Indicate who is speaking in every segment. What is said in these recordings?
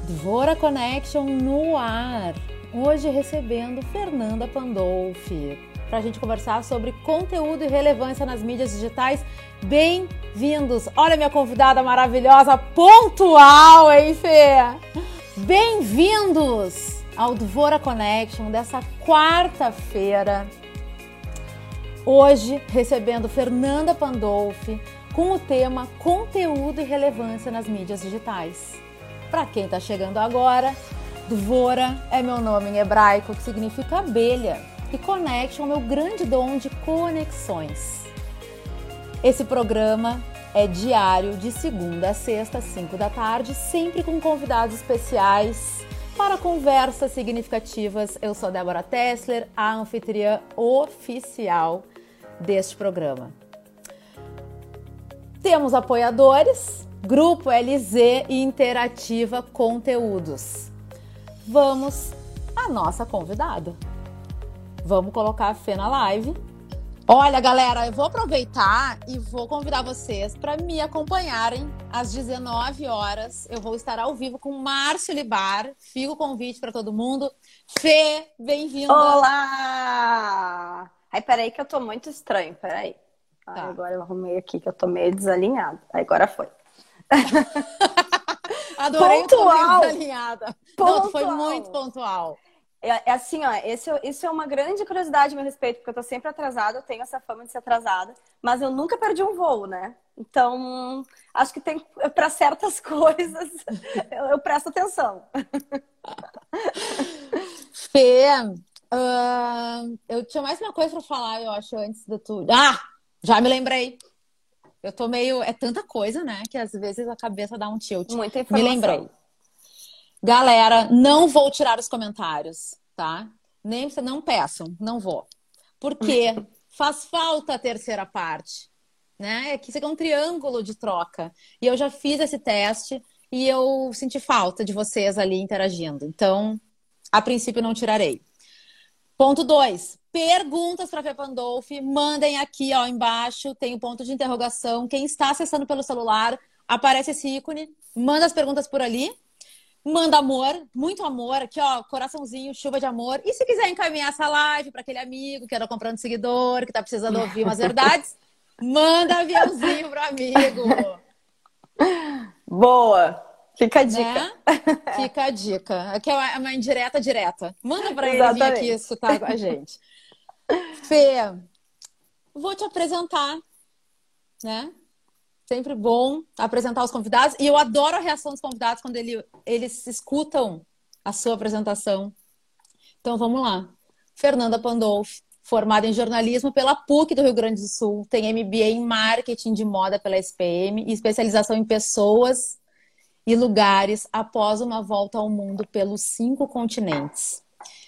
Speaker 1: Dvora Connection no ar. Hoje recebendo Fernanda Pandolfi para a gente conversar sobre conteúdo e relevância nas mídias digitais. Bem-vindos! Olha minha convidada maravilhosa, pontual, hein, Fê? Bem-vindos ao Dvora Connection dessa quarta-feira. Hoje recebendo Fernanda Pandolfi com o tema conteúdo e relevância nas mídias digitais. Para quem está chegando agora, Dvora é meu nome em hebraico, que significa abelha, e Connection é meu grande dom de conexões. Esse programa é diário, de segunda a sexta, às 5 da tarde, sempre com convidados especiais para conversas significativas. Eu sou Débora Tessler, a anfitriã oficial deste programa. Temos apoiadores, Grupo LZ e Interativa Conteúdos. Vamos à nossa convidada. Vamos colocar a Fê na live. Olha, galera, eu vou aproveitar e vou convidar vocês para me acompanharem às 19 horas. Eu vou estar ao vivo com Márcio Libar. Fica o convite para todo mundo. Fê, bem-vinda.
Speaker 2: Olá! Ai, peraí que eu tô muito estranho, peraí. Ai,
Speaker 1: Tá.
Speaker 2: agora eu arrumei aqui que eu tô meio desalinhada. Agora foi.
Speaker 1: Adorei o
Speaker 2: Pontual.
Speaker 1: meio desalinhada. Não, tu foi
Speaker 2: Pontual.
Speaker 1: muito pontual.
Speaker 2: É assim, ó, isso é uma grande curiosidade a meu respeito, porque eu tô sempre atrasada, eu tenho essa fama de ser atrasada, mas eu nunca perdi um voo, né? Então, acho que tem para certas coisas eu presto atenção.
Speaker 1: Fê, eu tinha mais uma coisa para falar, eu acho, antes de tu. Ah, já me lembrei. Eu tô meio. É tanta coisa, né? Que às vezes a cabeça dá um tilt.
Speaker 2: Muita
Speaker 1: Me
Speaker 2: informação.
Speaker 1: lembrei. Galera, não vou tirar os comentários, tá? Nem não peçam, não vou. Porque faz falta a terceira parte, né? É que isso aqui é um triângulo de troca. E eu já fiz esse teste e eu senti falta de vocês ali interagindo. Então, a princípio, não tirarei. Ponto 2. Perguntas para a Fê Pandolfi. Mandem aqui, ó, embaixo. Tem o ponto de interrogação. Quem está acessando pelo celular, aparece esse ícone. Manda as perguntas por ali. Manda amor, muito amor. Aqui, ó, coraçãozinho, chuva de amor. E se quiser encaminhar essa live para aquele amigo que anda comprando seguidor, que tá precisando ouvir umas verdades, manda aviãozinho pro amigo.
Speaker 2: Boa! Fica a dica.
Speaker 1: Né? Fica a dica. Aqui é uma indireta direta. Manda para ele vir
Speaker 2: Exatamente.
Speaker 1: aqui escutar com a gente. Fê, vou te apresentar, né? Sempre bom apresentar os convidados. E eu adoro a reação dos convidados quando eles escutam a sua apresentação. Então, vamos lá. Fernanda Pandolfi, formada em jornalismo pela PUC do Rio Grande do Sul. Tem MBA em marketing de moda pela SPM e especialização em pessoas e lugares após uma volta ao mundo pelos 5 continentes.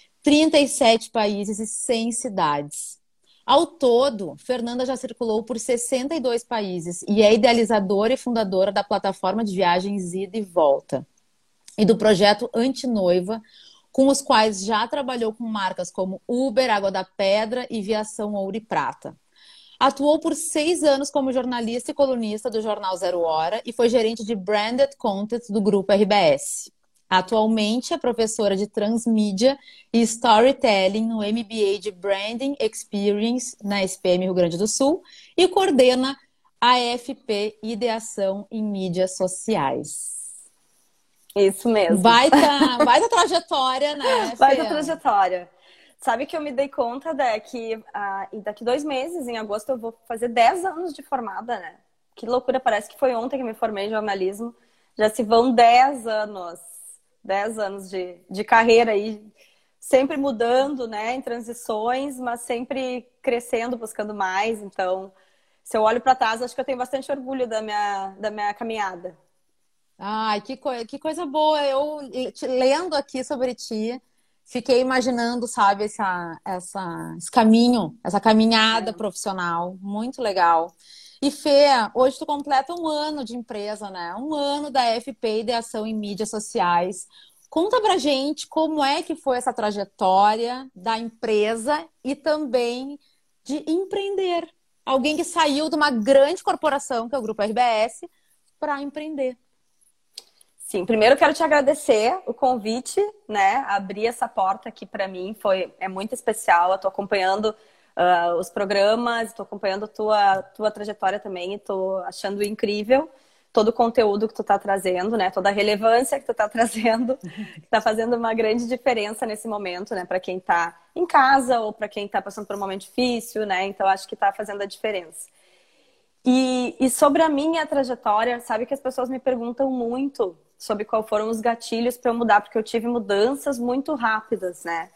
Speaker 1: 37 países e 100 cidades. Ao todo, Fernanda já circulou por 62 países e é idealizadora e fundadora da plataforma de viagens Ida e Volta e do projeto Antinoiva, com os quais já trabalhou com marcas como Uber, Água da Pedra e Viação Ouro e Prata. Atuou por 6 anos como jornalista e colunista do jornal Zero Hora e foi gerente de Branded Content do Grupo RBS. Atualmente é professora de Transmídia e Storytelling no MBA de Branding Experience na SPM Rio Grande do Sul e coordena a FP Ideação em Mídias Sociais.
Speaker 2: Isso mesmo.
Speaker 1: Baita trajetória, né, Fê?
Speaker 2: Baita trajetória. Sabe que eu me dei conta, Dé, que daqui 2 meses, em agosto, eu vou fazer 10 anos de formada, né? Que loucura, parece que foi ontem que me formei em jornalismo. Já se vão 10 anos. 10 anos de carreira aí, sempre mudando, né, em transições, mas sempre crescendo, buscando mais. Então, se eu olho para trás, acho que eu tenho bastante orgulho da minha caminhada.
Speaker 1: Ai, que coisa boa. Eu, lendo aqui sobre ti, fiquei imaginando, sabe, esse caminho, essa caminhada profissional. Muito legal. E Fê, hoje tu completa 1 ano de empresa, né? 1 ano da FP Ideação em Mídias Sociais. Conta pra gente como é que foi essa trajetória da empresa e também de empreender. Alguém que saiu de uma grande corporação, que é o Grupo RBS, para empreender.
Speaker 2: Sim, primeiro eu quero te agradecer o convite, né? Abrir essa porta aqui para mim é muito especial. Eu estou acompanhando os programas, estou acompanhando tua trajetória também e estou achando incrível todo o conteúdo que tu está trazendo, né? Toda a relevância que tu está trazendo, que está fazendo uma grande diferença nesse momento, né? Para quem está em casa ou para quem está passando por um momento difícil, né? Então acho que está fazendo a diferença. E sobre a minha trajetória, sabe que as pessoas me perguntam muito sobre qual foram os gatilhos para eu mudar, porque eu tive mudanças muito rápidas, né?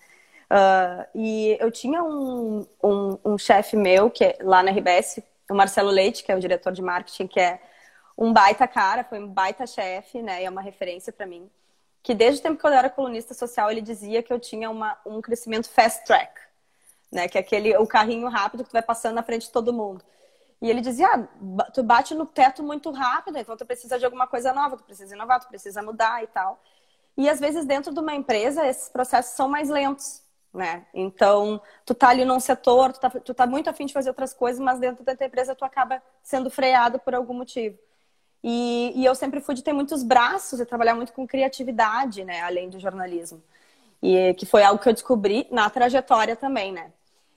Speaker 2: E eu tinha um chefe meu, que é lá na RBS, o Marcelo Leite, que é o diretor de marketing, que é um baita cara, foi um baita chefe, né? E é uma referência para mim. Que desde o tempo que eu era colunista social, ele dizia que eu tinha um crescimento fast track, né? Que é o carrinho rápido que tu vai passando na frente de todo mundo. E ele dizia, tu bate no teto muito rápido, então tu precisa de alguma coisa nova, tu precisa inovar, tu precisa mudar e tal. E às vezes dentro de uma empresa, esses processos são mais lentos, né? Então, tu tá ali num setor, tu tá muito afim de fazer outras coisas, mas dentro da tua empresa tu acaba sendo freado por algum motivo. E eu sempre fui de ter muitos braços e trabalhar muito com criatividade, né? Além do jornalismo. E que foi algo que eu descobri na trajetória também, né?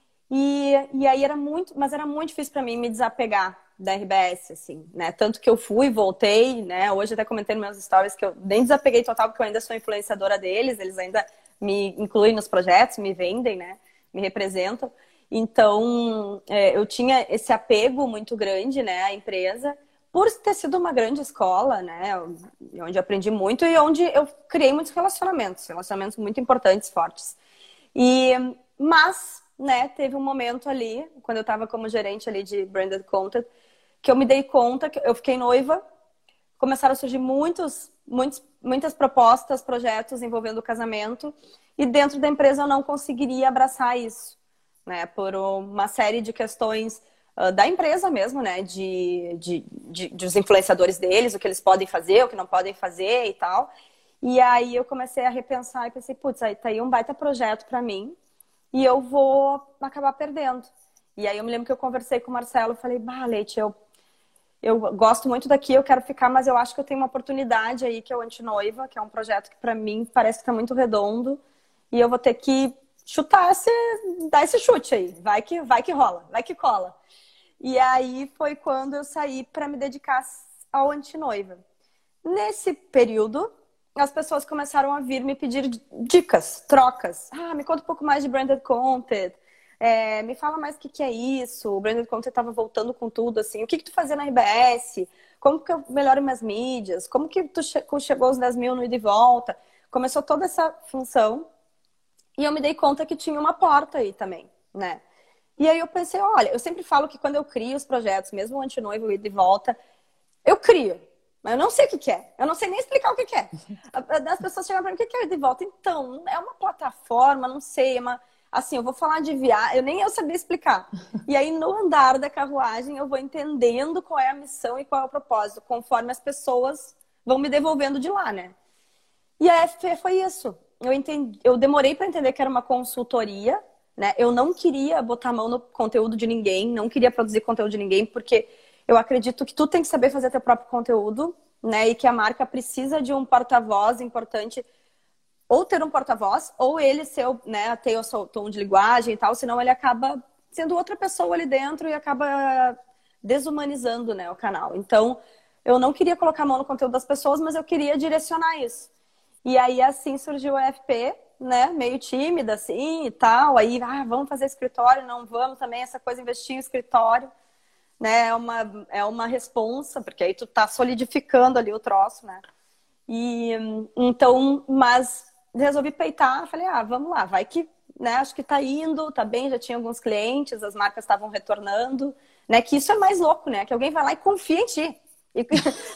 Speaker 2: E aí era muito difícil para mim me desapegar da RBS, assim, né? Tanto que eu fui, voltei, né? Hoje até comentei nos meus stories que eu nem desapeguei total, porque eu ainda sou influenciadora deles, eles ainda me incluem nos projetos, me vendem, né? Me representam. Então, eu tinha esse apego muito grande, né? À empresa, por ter sido uma grande escola, né? Onde eu aprendi muito e onde eu criei muitos relacionamentos muito importantes, fortes. Mas, né, teve um momento ali, quando eu estava como gerente ali de branded content, que eu me dei conta que eu fiquei noiva, começaram a surgir muitas propostas, projetos envolvendo o casamento, e dentro da empresa eu não conseguiria abraçar isso, né, por uma série de questões da empresa mesmo, né, dos influenciadores deles, o que eles podem fazer, o que não podem fazer e tal. E aí eu comecei a repensar e pensei, putz, aí tá aí um baita projeto para mim, e eu vou acabar perdendo. E aí eu me lembro que eu conversei com o Marcelo e falei, Leite, eu gosto muito daqui, eu quero ficar, mas eu acho que eu tenho uma oportunidade aí, que é o Antinoiva, que é um projeto que para mim parece que tá muito redondo, e eu vou ter que dar esse chute aí, vai que rola, vai que cola. E aí foi quando eu saí para me dedicar ao Antinoiva. Nesse período, as pessoas começaram a vir me pedir dicas, trocas. Me conta um pouco mais de branded content. Me fala mais o que é isso. O branded content estava voltando com tudo, assim. O que tu fazia na RBS? Como que eu melhoro minhas mídias? Como que tu chegou aos 10 mil no ida e volta? Começou toda essa função. E eu me dei conta que tinha uma porta aí também, né? E aí eu pensei, olha, eu sempre falo que quando eu crio os projetos, mesmo o Antinoivo, o ida e volta, eu crio. Mas eu não sei o que é. Eu não sei nem explicar o que é. As pessoas chegam para mim, o que é de volta? Então, é uma plataforma, não sei, assim, eu vou falar de viagem, eu nem eu sabia explicar. E aí, no andar da carruagem, eu vou entendendo qual é a missão e qual é o propósito, conforme as pessoas vão me devolvendo de lá, né? E a FP foi isso. Eu demorei para entender que era uma consultoria, né? Eu não queria botar a mão no conteúdo de ninguém, não queria produzir conteúdo de ninguém, porque eu acredito que tu tem que saber fazer teu próprio conteúdo, né? E que a marca precisa de um porta-voz importante, ou ter um porta-voz, ou ele né, ter o seu tom de linguagem e tal, senão ele acaba sendo outra pessoa ali dentro e acaba desumanizando, né, o canal. Então, eu não queria colocar a mão no conteúdo das pessoas, mas eu queria direcionar isso. E aí, assim, surgiu a FP, né, meio tímida, assim, e tal. Aí, vamos fazer escritório? Não vamos também, essa coisa, investir em escritório. Né, é uma responsa, porque aí tu tá solidificando ali o troço, né? E então, mas resolvi peitar, falei, vamos lá, vai que, né, acho que tá indo, tá bem, já tinha alguns clientes, as marcas estavam retornando, né? Que isso é mais louco, né? Que alguém vai lá e confia em ti. E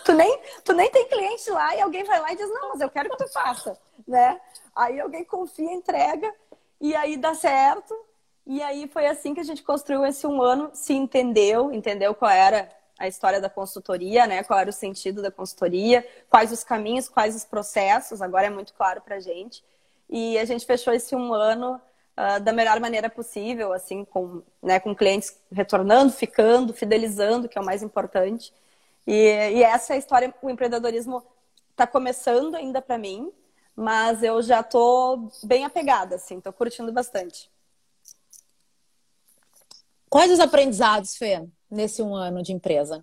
Speaker 2: tu nem tem cliente lá e alguém vai lá e diz, não, mas eu quero que tu faça, né? Aí alguém confia, entrega, e aí dá certo. E aí foi assim que a gente construiu esse um ano, se entendeu qual era a história da consultoria, né? Qual era o sentido da consultoria, quais os caminhos, quais os processos, agora é muito claro pra gente. E a gente fechou esse um ano da melhor maneira possível, assim, com clientes retornando, ficando, fidelizando, que é o mais importante. E essa é a história, o empreendedorismo tá começando ainda para mim, mas eu já tô bem apegada, assim, tô curtindo bastante.
Speaker 1: Quais os aprendizados, Fê, nesse 1 ano de empresa?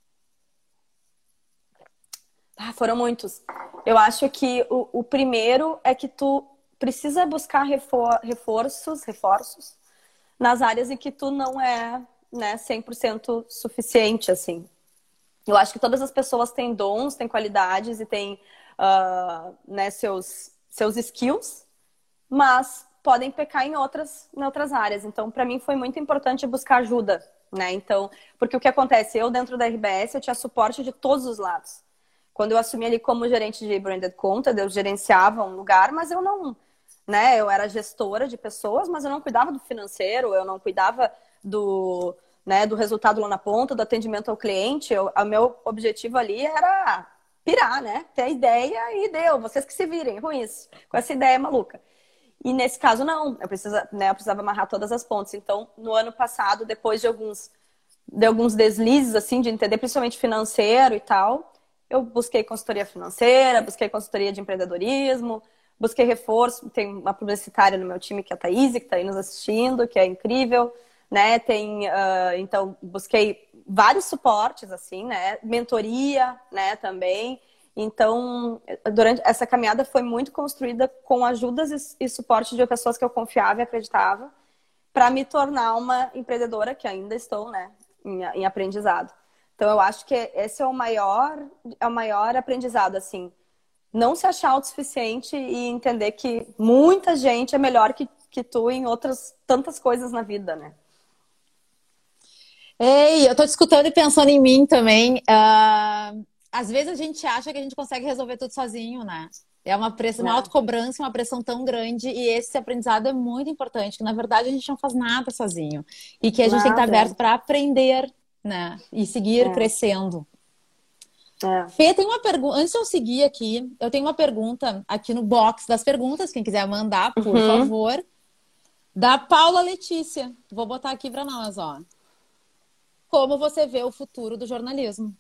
Speaker 2: Ah, foram muitos. Eu acho que o primeiro é que tu precisa buscar reforços nas áreas em que tu não é, né, 100% suficiente, assim. Eu acho que todas as pessoas têm dons, têm qualidades e têm, né, seus skills, mas podem pecar em outras áreas. Então, para mim foi muito importante buscar ajuda, né? Então, porque o que acontece? Eu, dentro da RBS, eu tinha suporte de todos os lados. Quando eu assumi ali como gerente de branded content, eu gerenciava um lugar, mas eu não, né? Eu era gestora de pessoas, mas eu não cuidava do financeiro, eu não cuidava do, né, do resultado lá na ponta, do atendimento ao cliente. O meu objetivo ali era pirar, né? Ter a ideia e deu. Vocês que se virem com isso, com essa ideia maluca. E nesse caso, não. Eu precisava amarrar todas as pontas. Então, no ano passado, depois de alguns deslizes, assim, de entender, principalmente financeiro e tal, eu busquei consultoria financeira, busquei consultoria de empreendedorismo, busquei reforço. Tem uma publicitária no meu time, que é a Thaís, que está aí nos assistindo, que é incrível, né? Então, busquei vários suportes, assim, né? Mentoria, né, também. Então, durante essa caminhada foi muito construída com ajudas e suporte de pessoas que eu confiava e acreditava, para me tornar uma empreendedora que ainda estou, né, em aprendizado. Então, eu acho que esse é o maior aprendizado, assim. Não se achar autossuficiente e entender que muita gente é melhor que tu em outras tantas coisas na vida, né?
Speaker 1: Ei, eu tô te escutando e pensando em mim também. Às vezes a gente acha que a gente consegue resolver tudo sozinho, né? É uma pressão, uma
Speaker 2: É,
Speaker 1: autocobrança, uma pressão tão grande, e esse aprendizado é muito importante, que na verdade a gente não faz nada sozinho. E que a gente tem que estar aberto
Speaker 2: nada.
Speaker 1: para aprender, né? E seguir
Speaker 2: É,
Speaker 1: crescendo.
Speaker 2: é.
Speaker 1: Fê, tem uma pergunta. Antes de eu seguir aqui, eu tenho uma pergunta aqui no box das perguntas. Quem quiser mandar, por
Speaker 2: Uhum.
Speaker 1: favor. Da Paula Letícia. Vou botar aqui para nós, ó. Como você vê o futuro do jornalismo?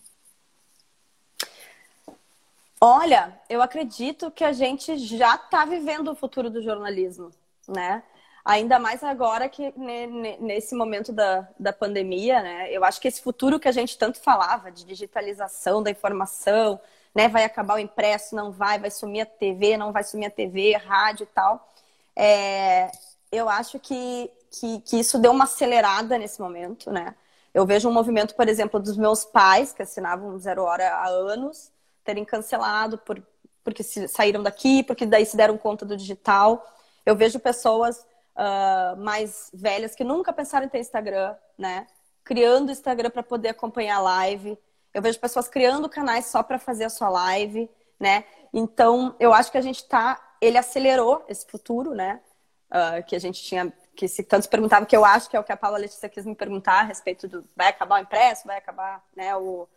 Speaker 2: Olha, eu acredito que a gente já está vivendo o futuro do jornalismo, né? Ainda mais agora que nesse momento da pandemia, né? Eu acho que esse futuro que a gente tanto falava, de digitalização da informação, né? Vai acabar o impresso, não vai, vai sumir a TV, não vai sumir a TV, rádio e tal. É, eu acho que isso deu uma acelerada nesse momento, né? Eu vejo um movimento, por exemplo, dos meus pais, que assinavam Zero Hora há anos, terem cancelado porque saíram daqui, porque daí se deram conta do digital. Eu vejo pessoas mais velhas que nunca pensaram em ter Instagram, né? Criando Instagram para poder acompanhar a live. Eu vejo pessoas criando canais só para fazer a sua live, né? Então, eu acho que a gente ele acelerou esse futuro, né? Que a gente tinha, que se tanto se perguntava, que eu acho que é o que a Paula Letícia quis me perguntar a respeito do vai acabar o impresso, vai acabar, né,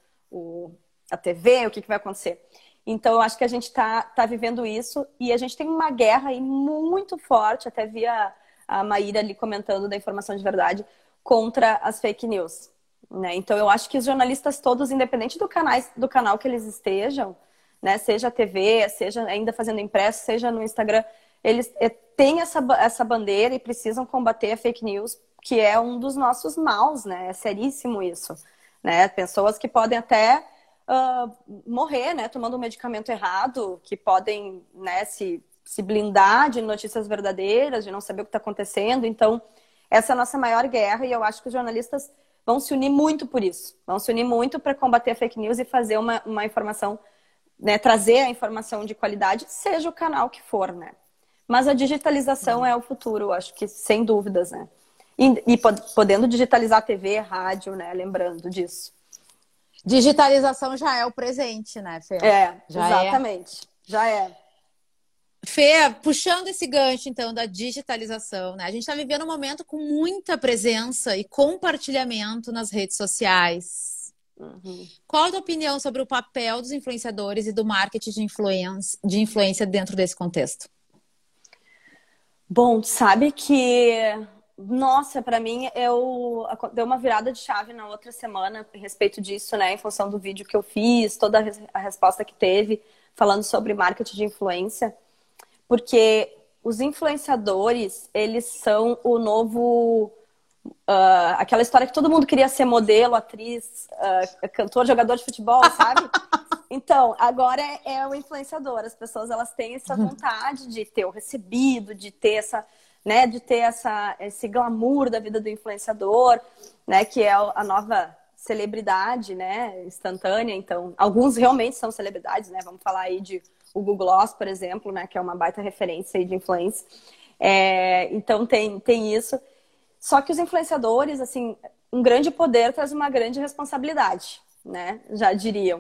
Speaker 2: a TV, o que vai acontecer. Então, eu acho que a gente tá vivendo isso e a gente tem uma guerra aí muito forte, até via a Maíra ali comentando da informação de verdade, contra as fake news. Né? Então, eu acho que os jornalistas todos, independente do canal que eles estejam, né, seja a TV, seja ainda fazendo impresso, seja no Instagram, eles têm essa bandeira e precisam combater a fake news, que é um dos nossos maus, né? É seríssimo isso. Né? Pessoas que podem até morrer, né, tomando um medicamento errado, que podem, né, se blindar de notícias verdadeiras, de não saber o que está acontecendo. Então, essa é a nossa maior guerra e eu acho que os jornalistas vão se unir muito por isso. Vão se unir muito para combater a fake news e fazer uma informação, né, trazer a informação de qualidade, seja o canal que for, né? Mas a digitalização é o futuro, acho que sem dúvidas, né? E podendo digitalizar TV, rádio, né? Lembrando disso.
Speaker 1: Digitalização já é o presente, né, Fê? Já
Speaker 2: exatamente. Já é.
Speaker 1: Fê, puxando esse gancho, então, da digitalização, né? A gente está vivendo um momento com muita presença e compartilhamento nas redes sociais.
Speaker 2: Uhum.
Speaker 1: Qual a tua opinião sobre o papel dos influenciadores e do marketing de influência dentro desse contexto?
Speaker 2: Bom, sabe que, nossa, para mim, deu uma virada de chave na outra semana a respeito disso, né? Em função do vídeo que eu fiz, toda a resposta que teve. falando sobre marketing de influência, porque os influenciadores, eles são o novo... aquela história que todo mundo queria ser modelo, atriz, cantor, jogador de futebol, sabe? Então, agora é o influenciador. As pessoas, elas têm essa vontade de ter o recebido, de ter essa, né, esse glamour da vida do influenciador, né, que é a nova celebridade, né, instantânea. Então, alguns realmente são celebridades, né? Vamos falar aí de o Google Gloss, por exemplo, né, que é uma baita referência aí de influência. Então, tem isso. Só que os influenciadores, assim, um grande poder traz uma grande responsabilidade, né? Já diriam.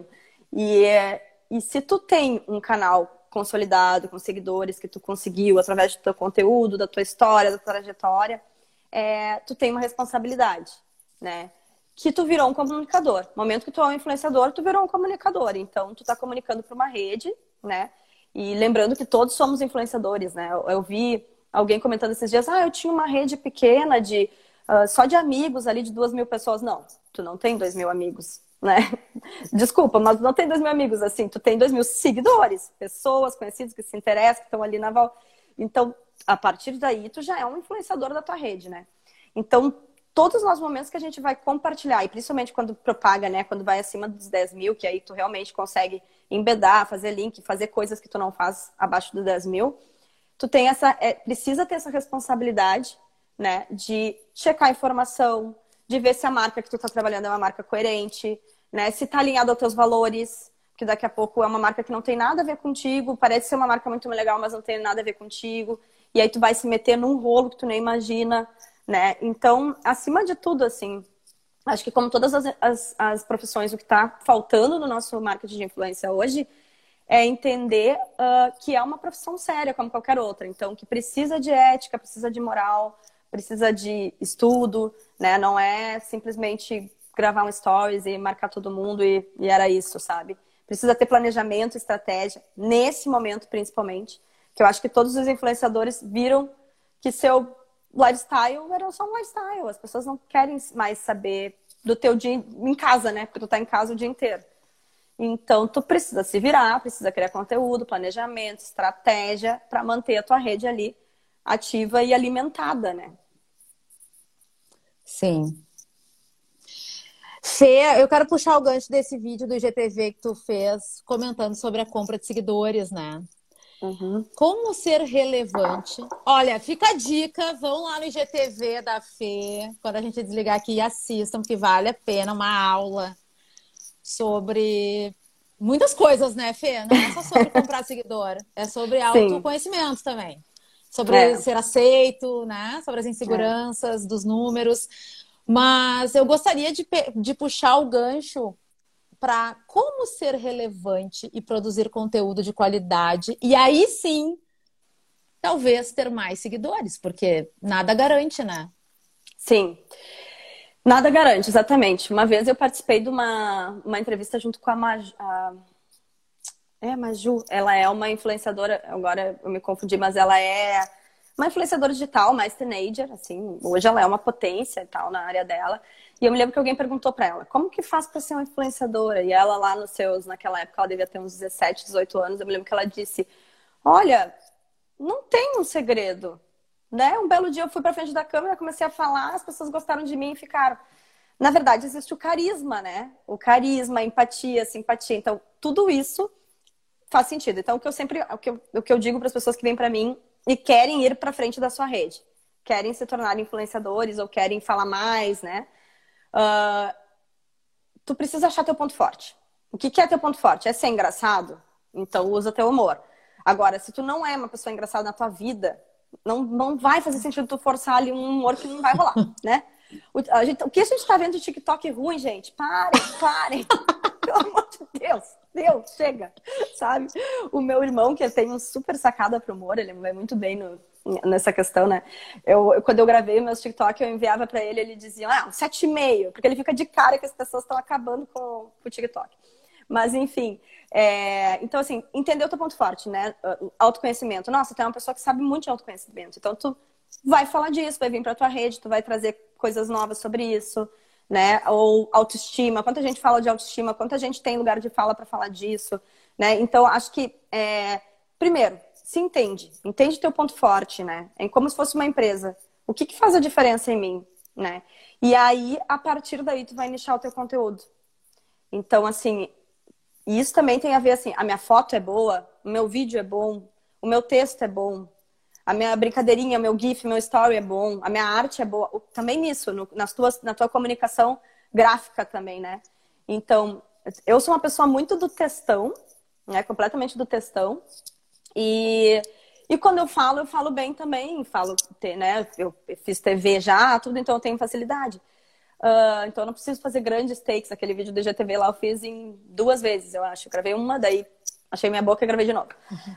Speaker 2: E se tu tem um canal consolidado, com seguidores que tu conseguiu através do teu conteúdo, da tua história, da tua trajetória, tu tem uma responsabilidade, né? Que tu virou um comunicador. No momento que tu é um influenciador, tu virou um comunicador. Então, tu tá comunicando para uma rede, né? E lembrando que todos somos influenciadores, né? Eu vi alguém comentando esses dias, eu tinha uma rede pequena só de amigos ali de 2.000 pessoas. Não, tu não tem 2.000 amigos, né? Desculpa, mas não tem 2.000 amigos assim, tu tem 2.000 seguidores, pessoas conhecidas que se interessam, que estão ali na volta. Então, a partir daí, tu já é um influenciador da tua rede, né? Então, todos os momentos que a gente vai compartilhar, e principalmente quando propaga, né? Quando vai acima dos 10.000, que aí tu realmente consegue embedar, fazer link, fazer coisas que tu não faz abaixo dos 10.000, tu tem precisa ter essa responsabilidade, né? De checar a informação, de ver se a marca que tu tá trabalhando é uma marca coerente, né? Se tá alinhado aos teus valores, que daqui a pouco é uma marca que não tem nada a ver contigo, parece ser uma marca muito legal, mas não tem nada a ver contigo, e aí tu vai se meter num rolo que tu nem imagina, né? Então, acima de tudo, assim, acho que como todas as profissões, o que tá faltando no nosso marketing de influência hoje é entender que é uma profissão séria, como qualquer outra. Então, que precisa de ética, precisa de moral, precisa de estudo, né? Não é simplesmente gravar um stories e marcar todo mundo e era isso, sabe? Precisa ter planejamento, estratégia, nesse momento principalmente, que eu acho que todos os influenciadores viram que seu lifestyle era só um lifestyle. As pessoas não querem mais saber do teu dia em casa, né? Porque tu tá em casa o dia inteiro. Então, tu precisa se virar, precisa criar conteúdo, planejamento, estratégia para manter a tua rede ali ativa e alimentada, né?
Speaker 1: Sim. Fê, eu quero puxar o gancho desse vídeo do IGTV que tu fez comentando sobre a compra de seguidores, né?
Speaker 2: Uhum.
Speaker 1: Como ser relevante? Olha, fica a dica, vão lá no IGTV da Fê, quando a gente desligar aqui e assistam, que vale a pena, uma aula sobre muitas coisas, né, Fê? Não é só sobre comprar seguidor, é sobre autoconhecimento também. Sobre ser aceito, né? Sobre as inseguranças dos números. Mas eu gostaria de puxar o gancho para como ser relevante e produzir conteúdo de qualidade. E aí sim, talvez ter mais seguidores, porque nada garante, né?
Speaker 2: Sim. Nada garante, exatamente. Uma vez eu participei de uma entrevista junto com a Maju. Ela é uma influenciadora, agora eu me confundi, mas ela é uma influenciadora digital, mais teenager, assim. Hoje ela é uma potência e tal na área dela. E eu me lembro que alguém perguntou pra ela, como que faz pra ser uma influenciadora? E ela lá naquela época, ela devia ter uns 17, 18 anos, eu me lembro que ela disse, olha, não tem um segredo, né? Um belo dia eu fui pra frente da câmera, comecei a falar, as pessoas gostaram de mim e ficaram. Na verdade, existe o carisma, né? O carisma, a empatia, a simpatia. Então, tudo isso faz sentido. Então, o que eu digo para as pessoas que vêm para mim e querem ir para frente da sua rede, querem se tornar influenciadores ou querem falar mais, né? Tu precisa achar teu ponto forte. O que é teu ponto forte? É ser engraçado? Então, usa teu humor. Agora, se tu não é uma pessoa engraçada na tua vida, não vai fazer sentido tu forçar ali um humor que não vai rolar, né? O que a gente tá vendo de TikTok ruim, gente? Parem. Pelo amor de Deus. Deus, chega, sabe? O meu irmão, que tem um super sacada pro humor, ele vai muito bem nessa questão, né? Quando eu gravei meus TikTok, eu enviava pra ele, ele dizia, 7,5, porque ele fica de cara que as pessoas estão acabando com o TikTok. Mas, enfim, então, assim, entender o teu ponto forte, né? Autoconhecimento. Nossa, tu é uma pessoa que sabe muito de autoconhecimento. Então, tu vai falar disso, vai vir pra tua rede, tu vai trazer coisas novas sobre isso, né? Ou autoestima. Quanta gente fala de autoestima, quanta gente tem lugar de fala pra falar disso, né? Então, acho que, primeiro, se entende teu ponto forte, né? É como se fosse uma empresa. O que que faz a diferença em mim, né? E aí, a partir daí, tu vai nichar o teu conteúdo. Então, assim, isso também tem a ver, assim, a minha foto é boa, o meu vídeo é bom, o meu texto é bom, a minha brincadeirinha, meu GIF, meu story é bom, a minha arte é boa. Também nisso, na tua comunicação gráfica também, né? Então, eu sou uma pessoa muito do textão, né? Completamente do textão. E quando eu falo bem também, né? Eu fiz TV já, tudo, então eu tenho facilidade. Então eu não preciso fazer grandes takes. Aquele vídeo do IGTV lá eu fiz em 2 vezes, eu acho. Eu gravei uma, daí achei minha boca e gravei de novo.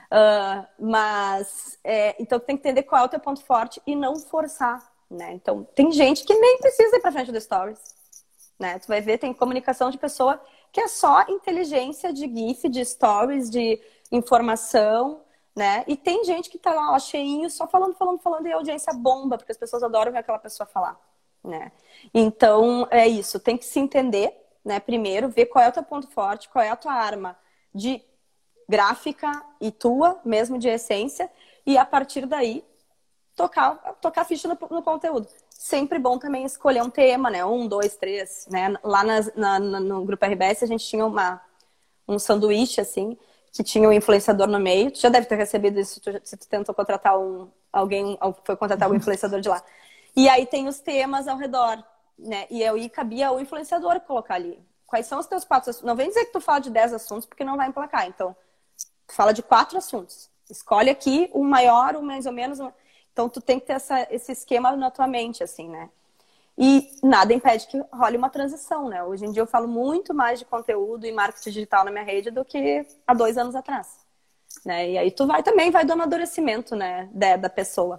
Speaker 2: Então tu tem que entender qual é o teu ponto forte e não forçar, né? Então tem gente que nem precisa ir pra frente do Stories, né? Tu vai ver, tem comunicação de pessoa que é só inteligência de GIF, de Stories, de informação, né? E tem gente que tá lá, ó, cheinho, só falando, e a audiência bomba, porque as pessoas adoram ver aquela pessoa falar, né? Então, é isso. Tem que se entender, né? Primeiro, ver qual é o teu ponto forte, qual é a tua arma de gráfica e tua, mesmo de essência, e a partir daí, tocar ficha no conteúdo. Sempre bom também escolher um tema, né? 1, 2, 3, né? Lá no Grupo RBS, a gente tinha um sanduíche, assim, que tinha um influenciador no meio. Tu já deve ter recebido isso se tu tentou contratar foi contratar algum influenciador de lá. E aí tem os temas ao redor, né? E aí cabia o influenciador colocar ali. Quais são os teus 4 assuntos? Não vem dizer que tu fala de 10 assuntos, porque não vai emplacar. Então, tu fala de 4 assuntos. Escolhe aqui um maior, um mais ou menos. Então, tu tem que ter esse esquema na tua mente, assim, né? E nada impede que role uma transição, né? Hoje em dia eu falo muito mais de conteúdo e marketing digital na minha rede do que há 2 anos atrás, né? E aí tu vai do amadurecimento, né? Da pessoa.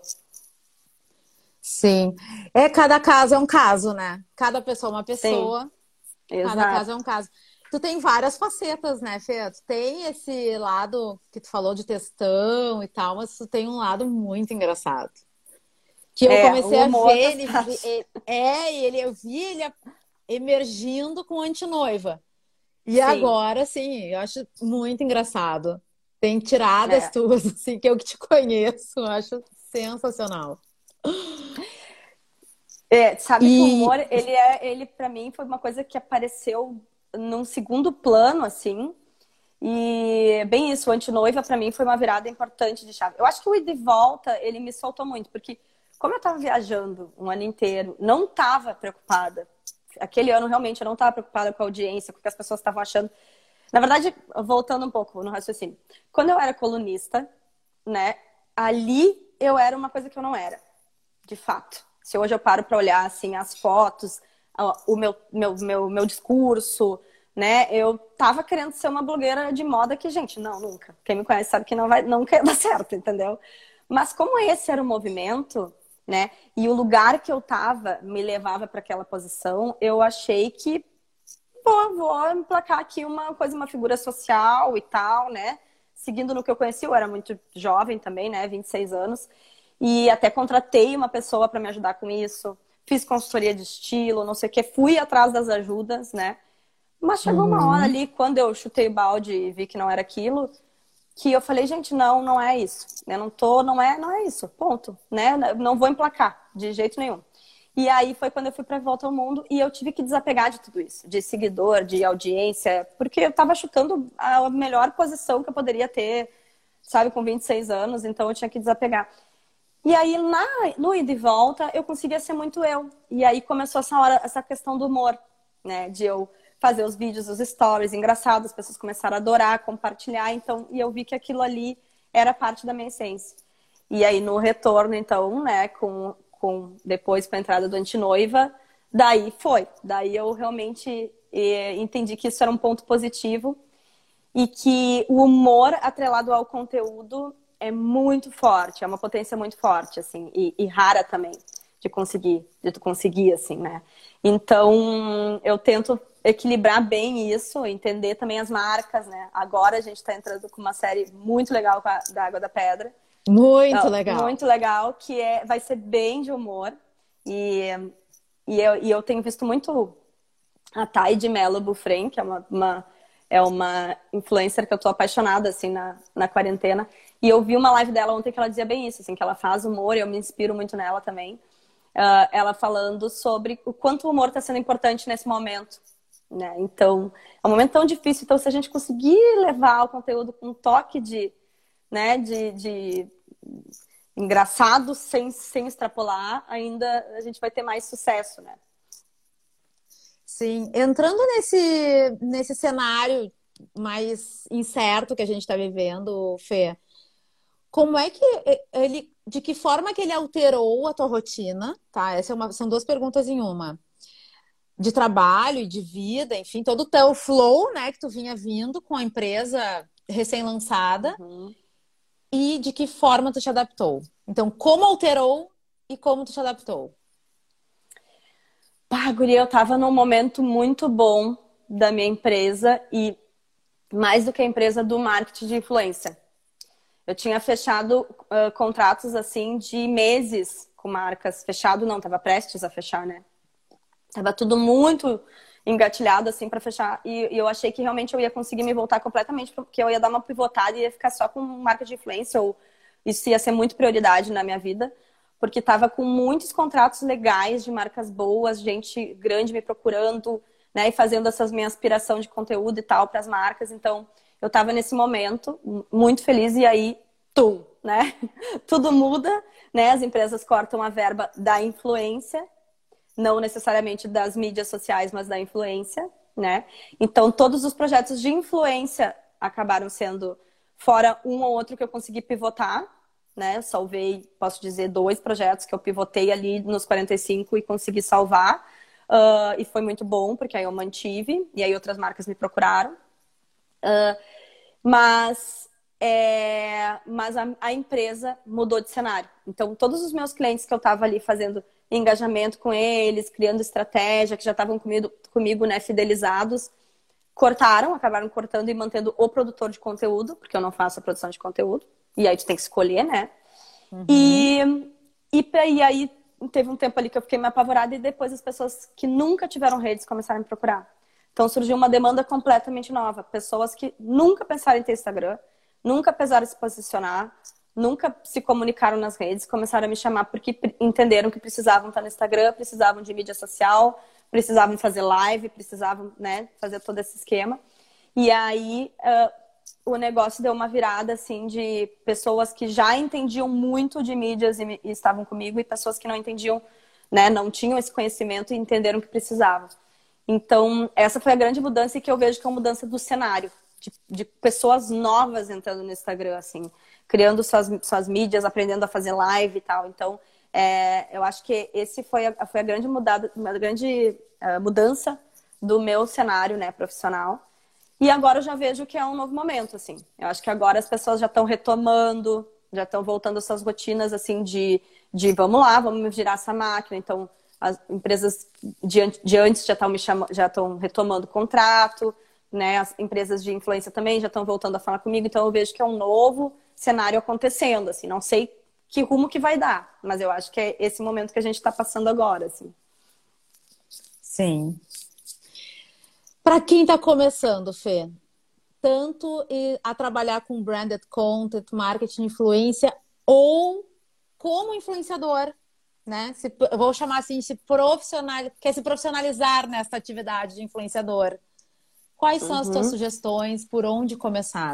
Speaker 1: Sim. Cada caso é um caso, né? Cada pessoa é uma
Speaker 2: Sim,
Speaker 1: pessoa, cada
Speaker 2: exato.
Speaker 1: caso é um caso. Tu tem várias facetas, né, Fê? Tu tem esse lado que tu falou de textão e tal, mas tu tem um lado muito engraçado. Que eu
Speaker 2: O
Speaker 1: comecei a
Speaker 2: humor
Speaker 1: ver
Speaker 2: faz parte.
Speaker 1: eu vi ele emergindo com Antinoiva. E
Speaker 2: Sim,
Speaker 1: agora, sim, eu acho muito engraçado. Tem tiradas
Speaker 2: é.
Speaker 1: tuas, assim, que eu que te conheço, eu acho sensacional.
Speaker 2: Sabe que o
Speaker 1: E
Speaker 2: humor, ele para mim foi uma coisa que apareceu num segundo plano, assim. E bem isso, o Antinoiva para mim foi uma virada importante de chave. Eu acho que o ida e volta, ele me soltou muito, porque como eu tava viajando um ano inteiro, não tava preocupada. Aquele ano realmente eu não tava preocupada com a audiência, com o que as pessoas estavam achando. Na verdade, voltando um pouco no raciocínio. Quando eu era colunista, né, ali eu era uma coisa que eu não era, de fato. Se hoje eu paro para olhar assim as fotos, o meu discurso, né? Eu tava querendo ser uma blogueira de moda que, gente, não, nunca. Quem me conhece sabe que nunca ia dar certo, entendeu? Mas como esse era o movimento, né? E o lugar que eu tava me levava para aquela posição, eu achei que vou emplacar aqui uma coisa, uma figura social e tal, né? Seguindo no que eu conheci, eu era muito jovem também, né? 26 anos. E até contratei uma pessoa para me ajudar com isso. Fiz consultoria de estilo, não sei o quê. Fui atrás das ajudas, né? Mas chegou uma hora
Speaker 1: uhum.
Speaker 2: ali, quando eu chutei o balde e vi que não era aquilo, que eu falei, gente, não é isso. Eu não é isso, ponto. Né? Não vou emplacar, de jeito nenhum. E aí foi quando eu fui para Volta ao Mundo e eu tive que desapegar de tudo isso, de seguidor, de audiência, porque eu tava chutando a melhor posição que eu poderia ter, sabe, com 26 anos, então eu tinha que desapegar. E aí, no ida e volta, eu conseguia ser muito eu. E aí começou essa questão do humor, né? De eu fazer os vídeos, os stories engraçados, as pessoas começaram a adorar, compartilhar. Então, e eu vi que aquilo ali era parte da minha essência. E aí, no retorno, então, né, depois com a entrada do Antinoiva, daí foi. Daí eu realmente entendi que isso era um ponto positivo e que o humor atrelado ao conteúdo é muito forte, é uma potência muito forte, assim, e rara também de tu conseguir, assim, né? Então, eu tento equilibrar bem isso, entender também as marcas, né? Agora a gente está entrando com uma série muito legal da Água da Pedra.
Speaker 1: Muito legal.
Speaker 2: Muito legal, que vai ser bem de humor. E eu tenho visto muito a Thay de Mello Bufren, que é uma é uma influencer que eu tô apaixonada, assim, na quarentena. E eu vi uma live dela ontem que ela dizia bem isso, assim, que ela faz humor e eu me inspiro muito nela também. Ela falando sobre o quanto o humor está sendo importante nesse momento, né? Então, é um momento tão difícil. Então, se a gente conseguir levar o conteúdo com um toque de, né, de engraçado, sem extrapolar, ainda a gente vai ter mais sucesso, né?
Speaker 1: Sim, entrando nesse cenário mais incerto que a gente está vivendo, Fê, como é que de que forma que ele alterou a tua rotina, tá? São duas perguntas em uma. De trabalho e de vida, enfim, todo o teu flow, né, que tu vinha vindo com a empresa recém-lançada
Speaker 2: Uhum.
Speaker 1: e de que forma tu te adaptou. Então, como alterou e como tu te adaptou?
Speaker 2: Pá, guria, eu tava num momento muito bom da minha empresa e mais do que a empresa do marketing de influência. Eu tinha fechado contratos assim de meses com marcas. Fechado não, tava prestes a fechar, né? Tava tudo muito engatilhado assim para fechar e eu achei que realmente eu ia conseguir me voltar completamente porque eu ia dar uma pivotada e ia ficar só com marca de influência ou isso ia ser muito prioridade na minha vida, porque tava com muitos contratos legais de marcas boas, gente grande me procurando, né, e fazendo essas minha aspiração de conteúdo e tal para as marcas. Então, eu tava nesse momento muito feliz e aí, né? Tudo muda, né? As empresas cortam a verba da influência, não necessariamente das mídias sociais, mas da influência, né? Então, todos os projetos de influência acabaram sendo, fora um ou outro que eu consegui pivotar, né? Salvei, posso dizer, 2 projetos que eu pivotei ali nos 45 e consegui salvar. E foi muito bom, porque aí eu mantive, e aí outras marcas me procuraram. Mas a empresa mudou de cenário. Então, todos os meus clientes que eu estava ali fazendo engajamento com eles, criando estratégia, que já estavam comigo, né, fidelizados, acabaram cortando e mantendo o produtor de conteúdo, porque eu não faço a produção de conteúdo. E aí tu tem que escolher, né?
Speaker 1: Uhum.
Speaker 2: E aí teve um tempo ali que eu fiquei meio apavorada e depois as pessoas que nunca tiveram redes começaram a me procurar. Então surgiu uma demanda completamente nova. Pessoas que nunca pensaram em ter Instagram, nunca pensaram em se posicionar, nunca se comunicaram nas redes, começaram a me chamar porque entenderam que precisavam estar no Instagram, precisavam de mídia social, precisavam fazer live, precisavam, né, fazer todo esse esquema. E aí o negócio deu uma virada, assim, de pessoas que já entendiam muito de mídias e estavam comigo e pessoas que não entendiam, né, não tinham esse conhecimento e entenderam que precisavam. Então, essa foi a grande mudança e que eu vejo que é uma mudança do cenário, de pessoas novas entrando no Instagram, assim, criando suas mídias, aprendendo a fazer live e tal. Então, eu acho que esse foi a grande mudança do meu cenário, né, profissional. E agora eu já vejo que é um novo momento, assim. Eu acho que agora as pessoas já estão retomando, já estão voltando às suas rotinas, assim, de vamos lá, vamos virar essa máquina. Então, as empresas de antes já estão retomando o contrato, né? As empresas de influência também já estão voltando a falar comigo. Então, eu vejo que é um novo cenário acontecendo, assim. Não sei que rumo que vai dar, mas eu acho que é esse momento que a gente está passando agora, assim.
Speaker 1: Sim. Para quem está começando, Fê, tanto a trabalhar com branded content, marketing, influência, ou como influenciador, né? Eu vou chamar assim, quer se profissionalizar nessa atividade de influenciador. Quais são as tuas sugestões? Por onde começar?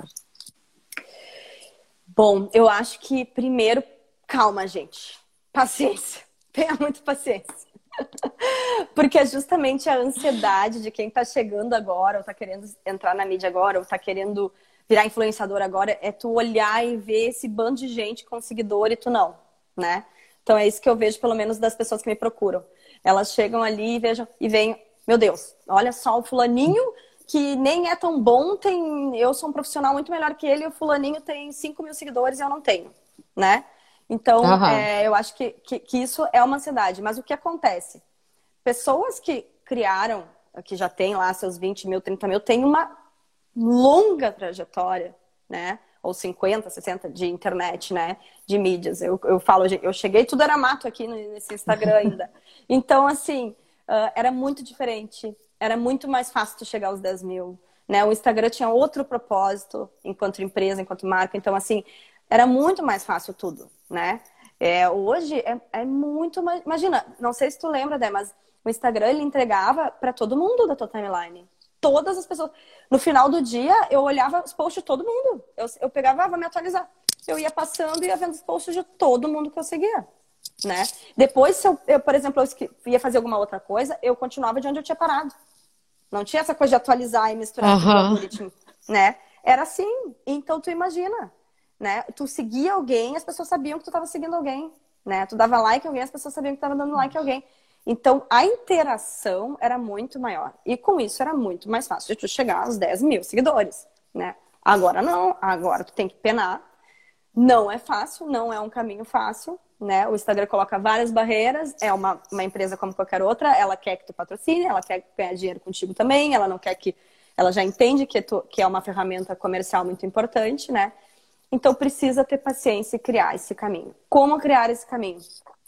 Speaker 2: Bom, eu acho que primeiro, calma, gente. Paciência. Tenha muita paciência. Porque é justamente a ansiedade de quem tá chegando agora, ou tá querendo entrar na mídia agora, ou tá querendo virar influenciador agora, é tu olhar e ver esse bando de gente com seguidor e tu não, né? Então é isso que eu vejo, pelo menos, das pessoas que me procuram. Elas chegam ali e veem, meu Deus, olha só o fulaninho que nem é tão bom, eu sou um profissional muito melhor que ele, e o fulaninho tem 5 mil seguidores e eu não tenho, né? Então, eu acho que isso é uma ansiedade. Mas o que acontece? Pessoas que criaram, que já tem lá seus 20 mil, 30 mil, têm uma longa trajetória, né? Ou 50, 60 de internet, né? De mídias. Eu falo, eu cheguei, tudo era mato aqui nesse Instagram ainda. Então, assim, era muito diferente. Era muito mais fácil tu chegar aos 10 mil. né? O Instagram tinha outro propósito enquanto empresa, enquanto marca. Então, assim, era muito mais fácil tudo, né? Hoje é muito mais... Imagina, não sei se tu lembra, Dé, mas o Instagram, ele entregava para todo mundo da tua timeline. Todas as pessoas. No final do dia, eu olhava os posts de todo mundo. Eu pegava, vou me atualizar. Eu ia passando e ia vendo os posts de todo mundo que eu seguia, né? Depois, se eu, por exemplo, eu ia fazer alguma outra coisa, eu continuava de onde eu tinha parado. Não tinha essa coisa de atualizar e misturar tudo no algoritmo, né? Era assim. Então, tu imagina, né? Tu seguia alguém, as pessoas sabiam que tu estava seguindo alguém, né? Tu dava like a alguém, as pessoas sabiam que tu estava dando like a alguém. Então, a interação era muito maior. E com isso, era muito mais fácil de tu chegar aos 10 mil seguidores, né? Agora não. Agora tu tem que penar. Não é fácil, não é um caminho fácil, né? O Instagram coloca várias barreiras, é uma empresa como qualquer outra, ela quer que tu patrocine, ela quer ganhar dinheiro contigo também, ela não quer que... Ela já entende que é uma ferramenta comercial muito importante, né? Então, precisa ter paciência e criar esse caminho. Como criar esse caminho?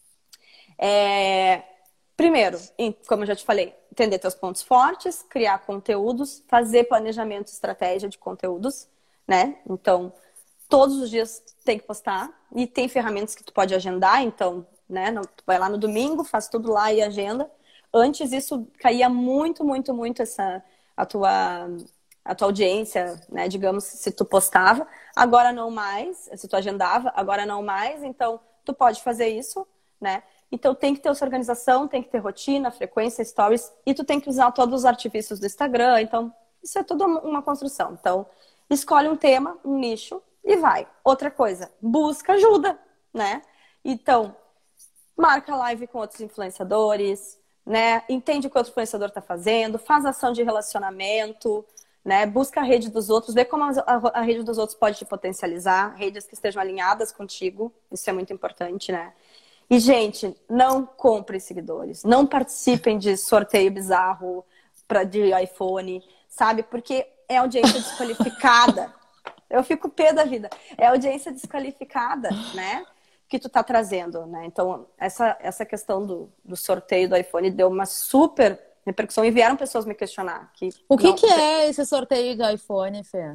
Speaker 2: Primeiro, como eu já te falei, entender teus pontos fortes, criar conteúdos, fazer planejamento e estratégia de conteúdos, né? Então... Todos os dias tem que postar. E tem ferramentas que tu pode agendar. Então, né? Tu vai lá no domingo, faz tudo lá e agenda. Antes isso caía muito, muito, muito a tua audiência, né? Digamos, se tu postava. Agora não mais. Se tu agendava, agora não mais. Então, tu pode fazer isso, né? Então, tem que ter essa organização, tem que ter rotina, frequência, stories. E tu tem que usar todos os artifícios do Instagram. Então, isso é tudo uma construção. Então, escolhe um tema, um nicho. E vai. Outra coisa, busca ajuda, né? Então, marca live com outros influenciadores, né? Entende o que o outro influenciador tá fazendo, faz ação de relacionamento, né? Busca a rede dos outros, vê como a rede dos outros pode te potencializar, redes que estejam alinhadas contigo, isso é muito importante, né? E, gente, não compre seguidores, não participem de sorteio bizarro de iPhone, sabe? Porque é audiência desqualificada. Eu fico pé da vida. É audiência desqualificada, né? Que tu tá trazendo, né? Então, essa questão do sorteio do iPhone deu uma super repercussão e vieram pessoas me questionar.
Speaker 1: O que é esse sorteio do iPhone, Fê?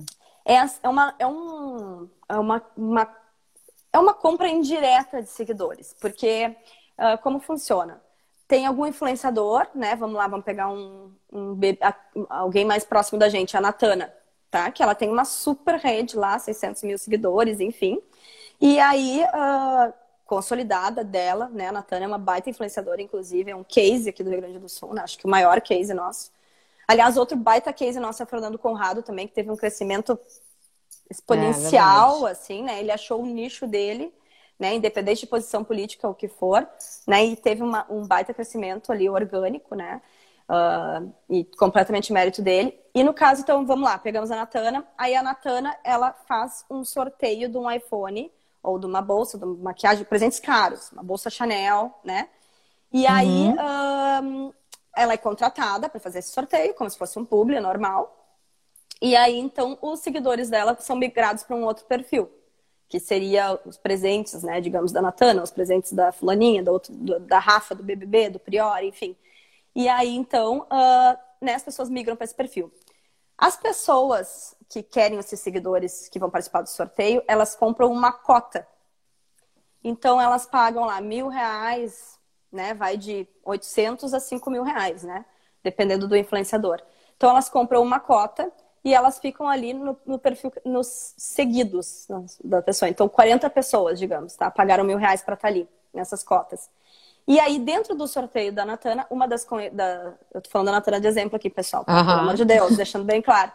Speaker 2: É uma compra indireta de seguidores. Porque, como funciona? Tem algum influenciador, né? Vamos lá, vamos pegar alguém mais próximo da gente, a Natana. Tá? Que ela tem uma super rede lá, 600 mil seguidores, enfim. E aí, consolidada dela, né? A Natana é uma baita influenciadora, inclusive, é um case aqui do Rio Grande do Sul, né? Acho que o maior case nosso. Aliás, outro baita case nosso é o Fernando Conrado também, que teve um crescimento exponencial, assim, né? Ele achou o nicho dele, né? Independente de posição política ou o que for, né? E teve um baita crescimento ali orgânico, né? E completamente mérito dele. E no caso, então, vamos lá, pegamos a Natana. Aí a Natana, ela faz um sorteio de um iPhone ou de uma bolsa, de uma maquiagem, presentes caros, uma bolsa Chanel, né? E aí ela é contratada para fazer esse sorteio, como se fosse um publi normal. E aí, então, os seguidores dela são migrados para um outro perfil, que seria os presentes, né, digamos, da Natana, os presentes da fulaninha, da Rafa, do BBB, do Prior, enfim. E aí, então, né, as pessoas migram para esse perfil. As pessoas que querem esses seguidores que vão participar do sorteio, elas compram uma cota. Então, elas pagam lá R$1.000, né? Vai de 800 a 5 mil reais, né? Dependendo do influenciador. Então, elas compram uma cota e elas ficam ali no perfil, nos seguidos da pessoa. Então, 40 pessoas, digamos, tá? Pagaram R$1.000 para estar ali, nessas cotas. E aí, dentro do sorteio da Natana, eu tô falando da Natana de exemplo aqui, pessoal, tá? Pelo amor de Deus, deixando bem claro.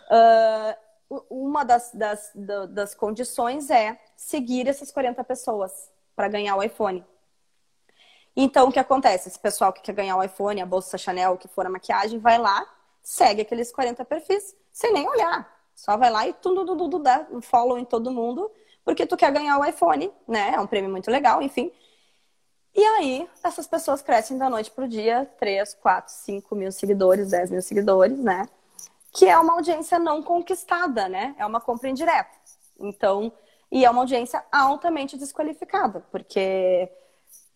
Speaker 2: Uma das condições é seguir essas 40 pessoas para ganhar o iPhone. Então, o que acontece? Esse pessoal que quer ganhar o iPhone, a bolsa Chanel, o que for a maquiagem, vai lá, segue aqueles 40 perfis, sem nem olhar. Só vai lá e tudo dá um follow em todo mundo, porque tu quer ganhar o iPhone, né? É um prêmio muito legal, enfim. E aí, essas pessoas crescem da noite pro dia, 3, 4, 5 mil seguidores, 10 mil seguidores, né? Que é uma audiência não conquistada, né? É uma compra indireta. Então, e é uma audiência altamente desqualificada, porque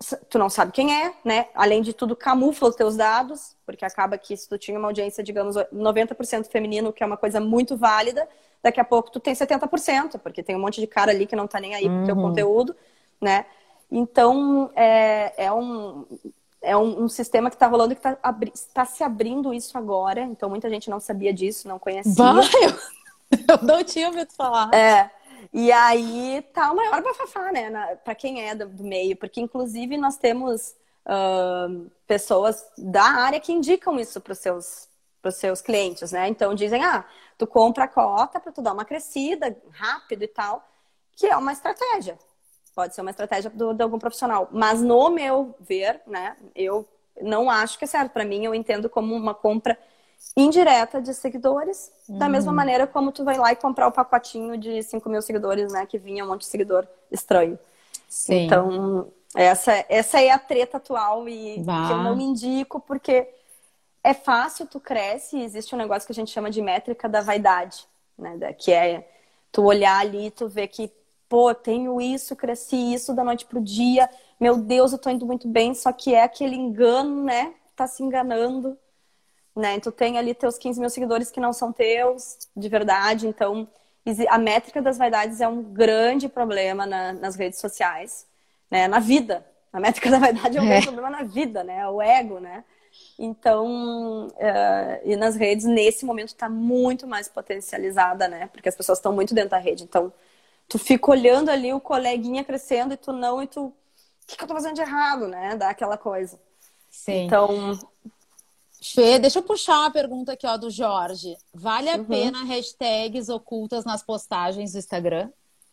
Speaker 2: tu não sabe quem é, né? Além de tudo, camufla os teus dados, porque acaba que se tu tinha uma audiência, digamos, 90% feminino, que é uma coisa muito válida, daqui a pouco tu tem 70%, porque tem um monte de cara ali que não tá nem aí pro teu conteúdo, né? Então, é um sistema que tá rolando, que tá se abrindo isso agora. Então, muita gente não sabia disso, não conhecia.
Speaker 1: Eu não tinha ouvido falar.
Speaker 2: E aí tá o maior bafafá, né? Pra quem é do meio. Porque, inclusive, nós temos pessoas da área que indicam isso pros seus clientes, né? Então, dizem, tu compra a cota pra tu dar uma crescida rápido e tal, que é uma estratégia. Pode ser uma estratégia de algum profissional. Mas, no meu ver, né? Eu não acho que é certo. Pra mim, eu entendo como uma compra indireta de seguidores, da mesma maneira como tu vai lá e comprar o pacotinho de 5 mil seguidores, né? Que vinha um monte de seguidor estranho.
Speaker 1: Sim.
Speaker 2: Então, essa é a treta atual e que eu não me indico, porque é fácil, tu cresce, e existe um negócio que a gente chama de métrica da vaidade, né? Que é tu olhar ali e tu ver que, pô, tenho isso, cresci isso da noite pro dia, meu Deus, eu tô indo muito bem, só que é aquele engano, né? Tá se enganando. Né? Tu tem ali teus 15 mil seguidores que não são teus, de verdade. Então, a métrica das vaidades é um grande problema nas redes sociais, né? Na vida. A métrica da vaidade é um grande problema na vida, né? O ego, né? Então, e nas redes, nesse momento, está muito mais potencializada, né? Porque as pessoas estão muito dentro da rede. Então, tu fica olhando ali o coleguinha crescendo e tu não, e tu... O que eu tô fazendo de errado, né? Dá aquela coisa.
Speaker 1: Sim.
Speaker 2: Então...
Speaker 1: Fê, deixa eu puxar uma pergunta aqui, ó, do Jorge. Vale a pena hashtags ocultas nas postagens do Instagram?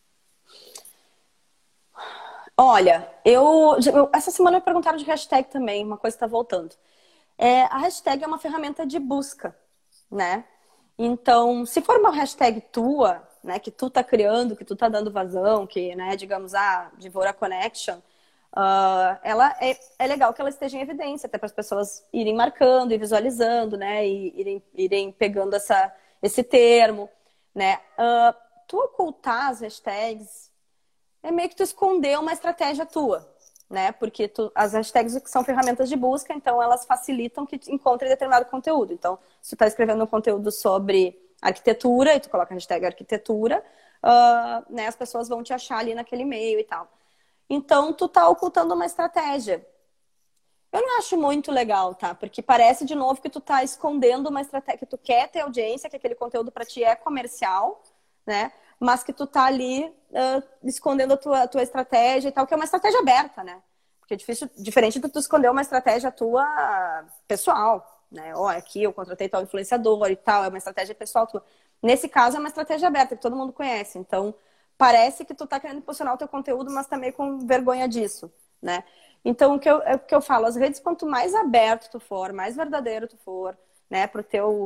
Speaker 2: Olha, essa semana me perguntaram de hashtag também, uma coisa que tá voltando. A hashtag é uma ferramenta de busca, né? Então, se for uma hashtag tua, né, que tu tá criando, que tu tá dando vazão, que, né, digamos, Dvora Connection, ela é legal que ela esteja em evidência, até para as pessoas irem marcando e visualizando, né? E irem pegando esse termo, né? Tu ocultar as hashtags é meio que tu esconder uma estratégia tua, né? Porque as hashtags são ferramentas de busca, então elas facilitam que tu encontre determinado conteúdo. Então, se tu tá escrevendo um conteúdo sobre arquitetura e tu coloca a hashtag arquitetura, né? As pessoas vão te achar ali naquele e-mail e tal. Então, tu tá ocultando uma estratégia. Eu não acho muito legal, tá? Porque parece, de novo, que tu tá escondendo uma estratégia, que tu quer ter audiência, que aquele conteúdo pra ti é comercial, né? Mas que tu tá ali escondendo a tua estratégia e tal, que é uma estratégia aberta, né? Porque é difícil, diferente de tu esconder uma estratégia tua pessoal, né? Aqui eu contratei tal influenciador e tal, é uma estratégia pessoal tua. Nesse caso, é uma estratégia aberta, que todo mundo conhece. Então, parece que tu tá querendo posicionar o teu conteúdo, mas tá meio com vergonha disso, né? Então, o que eu falo, as redes, quanto mais aberto tu for, mais verdadeiro tu for, né, pro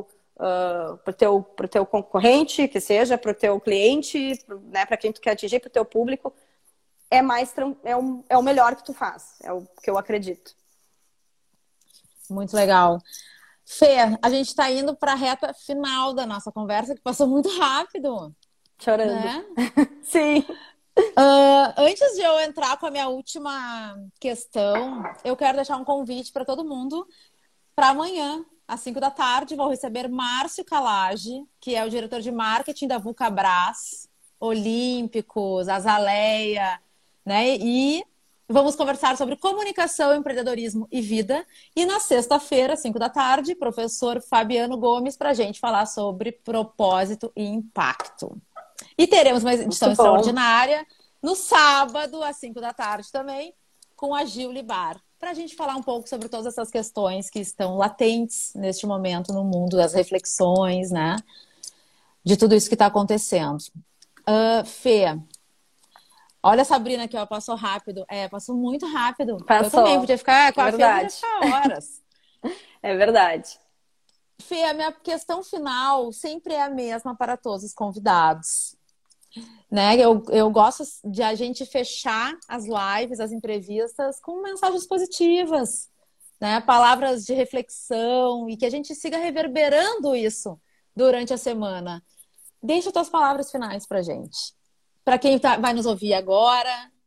Speaker 2: teu concorrente, que seja, pro teu cliente, né, para quem tu quer atingir, pro teu público, é o melhor que tu faz, é o que eu acredito.
Speaker 1: Muito legal. Fê, a gente está indo para a reta final da nossa conversa, que passou muito rápido.
Speaker 2: Chorando.
Speaker 1: Né?
Speaker 2: Sim.
Speaker 1: Antes de eu entrar com a minha última questão, eu quero deixar um convite para todo mundo para amanhã, às 5 da tarde. Vou receber Márcio Calage, que é o diretor de marketing da Vulcabras, Olímpicos, Azaleia, né? E vamos conversar sobre comunicação, empreendedorismo e vida. E na sexta-feira, às 5 da tarde, professor Fabiano Gomes, para a gente falar sobre propósito e impacto. E teremos uma edição extraordinária no sábado, às 5 da tarde também, com a Gil Libar, para a gente falar um pouco sobre todas essas questões que estão latentes neste momento no mundo, das reflexões, né? De tudo isso que está acontecendo. Fê, olha a Sabrina aqui, ó, passou rápido. Passou muito rápido.
Speaker 2: Passou.
Speaker 1: Eu também podia ficar com a Fê, podia ficar horas.
Speaker 2: É verdade.
Speaker 1: Fê, a minha questão final sempre é a mesma para todos os convidados. Né? Eu gosto de a gente fechar as lives, as entrevistas com mensagens positivas, né? Palavras de reflexão e que a gente siga reverberando isso durante a semana. Deixa tuas palavras finais pra gente. Para quem vai nos ouvir agora,